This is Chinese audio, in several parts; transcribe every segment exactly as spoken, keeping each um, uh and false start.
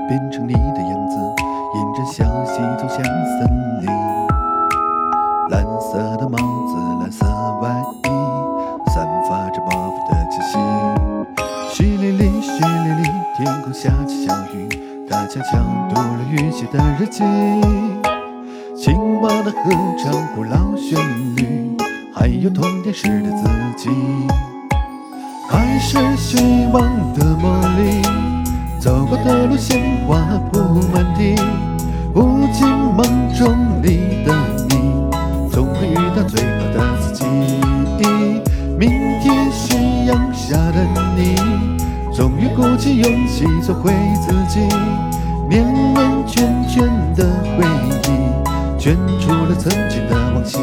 变成你的样子，沿着小溪走向森林。蓝色的帽子，蓝色外衣，散发着暴风的气息。淅沥沥，淅沥沥，天空下起小雨，大家抢读了雨写的日记。青蛙的合唱，古老旋律，还有童年时的自己。爱是希望的魔力，走过的路鲜花铺满地。无尽梦中里的你，总会遇到最好的自己。明天夕阳下的你，终于鼓起勇气做回自己。年轮圈圈的回忆，圈出了曾经的往昔。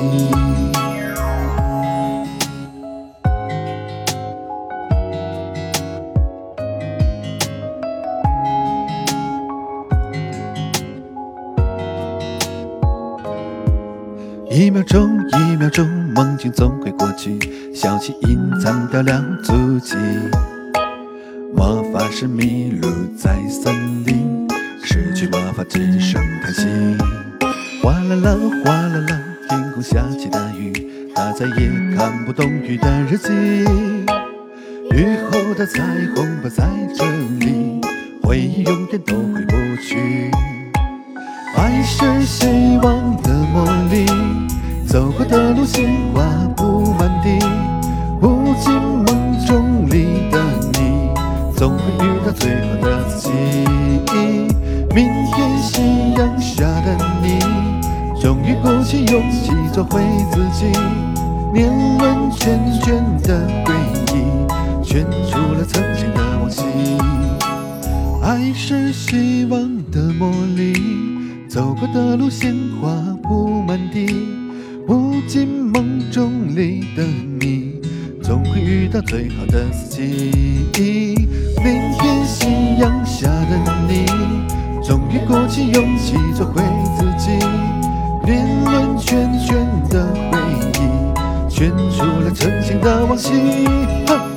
一秒钟，一秒钟，梦境总会过去，小溪隐藏掉了足迹。魔法师迷路在森林，失去魔法只剩叹息。哗啦啦，哗啦啦，天空下起大雨，他再也看不懂雨的日记。雨后的彩虹不在这里，回忆永远都回不去。爱是希望的魔力，走过的路鲜花布满地。无尽梦中里的你，总会遇到最好的自己。明天夕阳下的你，终于鼓起勇气做回自己。年轮圈圈的回忆，圈出了曾经的往昔。爱是希望的魔力，走过的路鲜花铺满地。无尽梦中里的你，总会遇到最好的自己。明天夕阳下的你，终于鼓起勇气做回自己。年轮圈圈的回忆，圈出了曾经的往昔。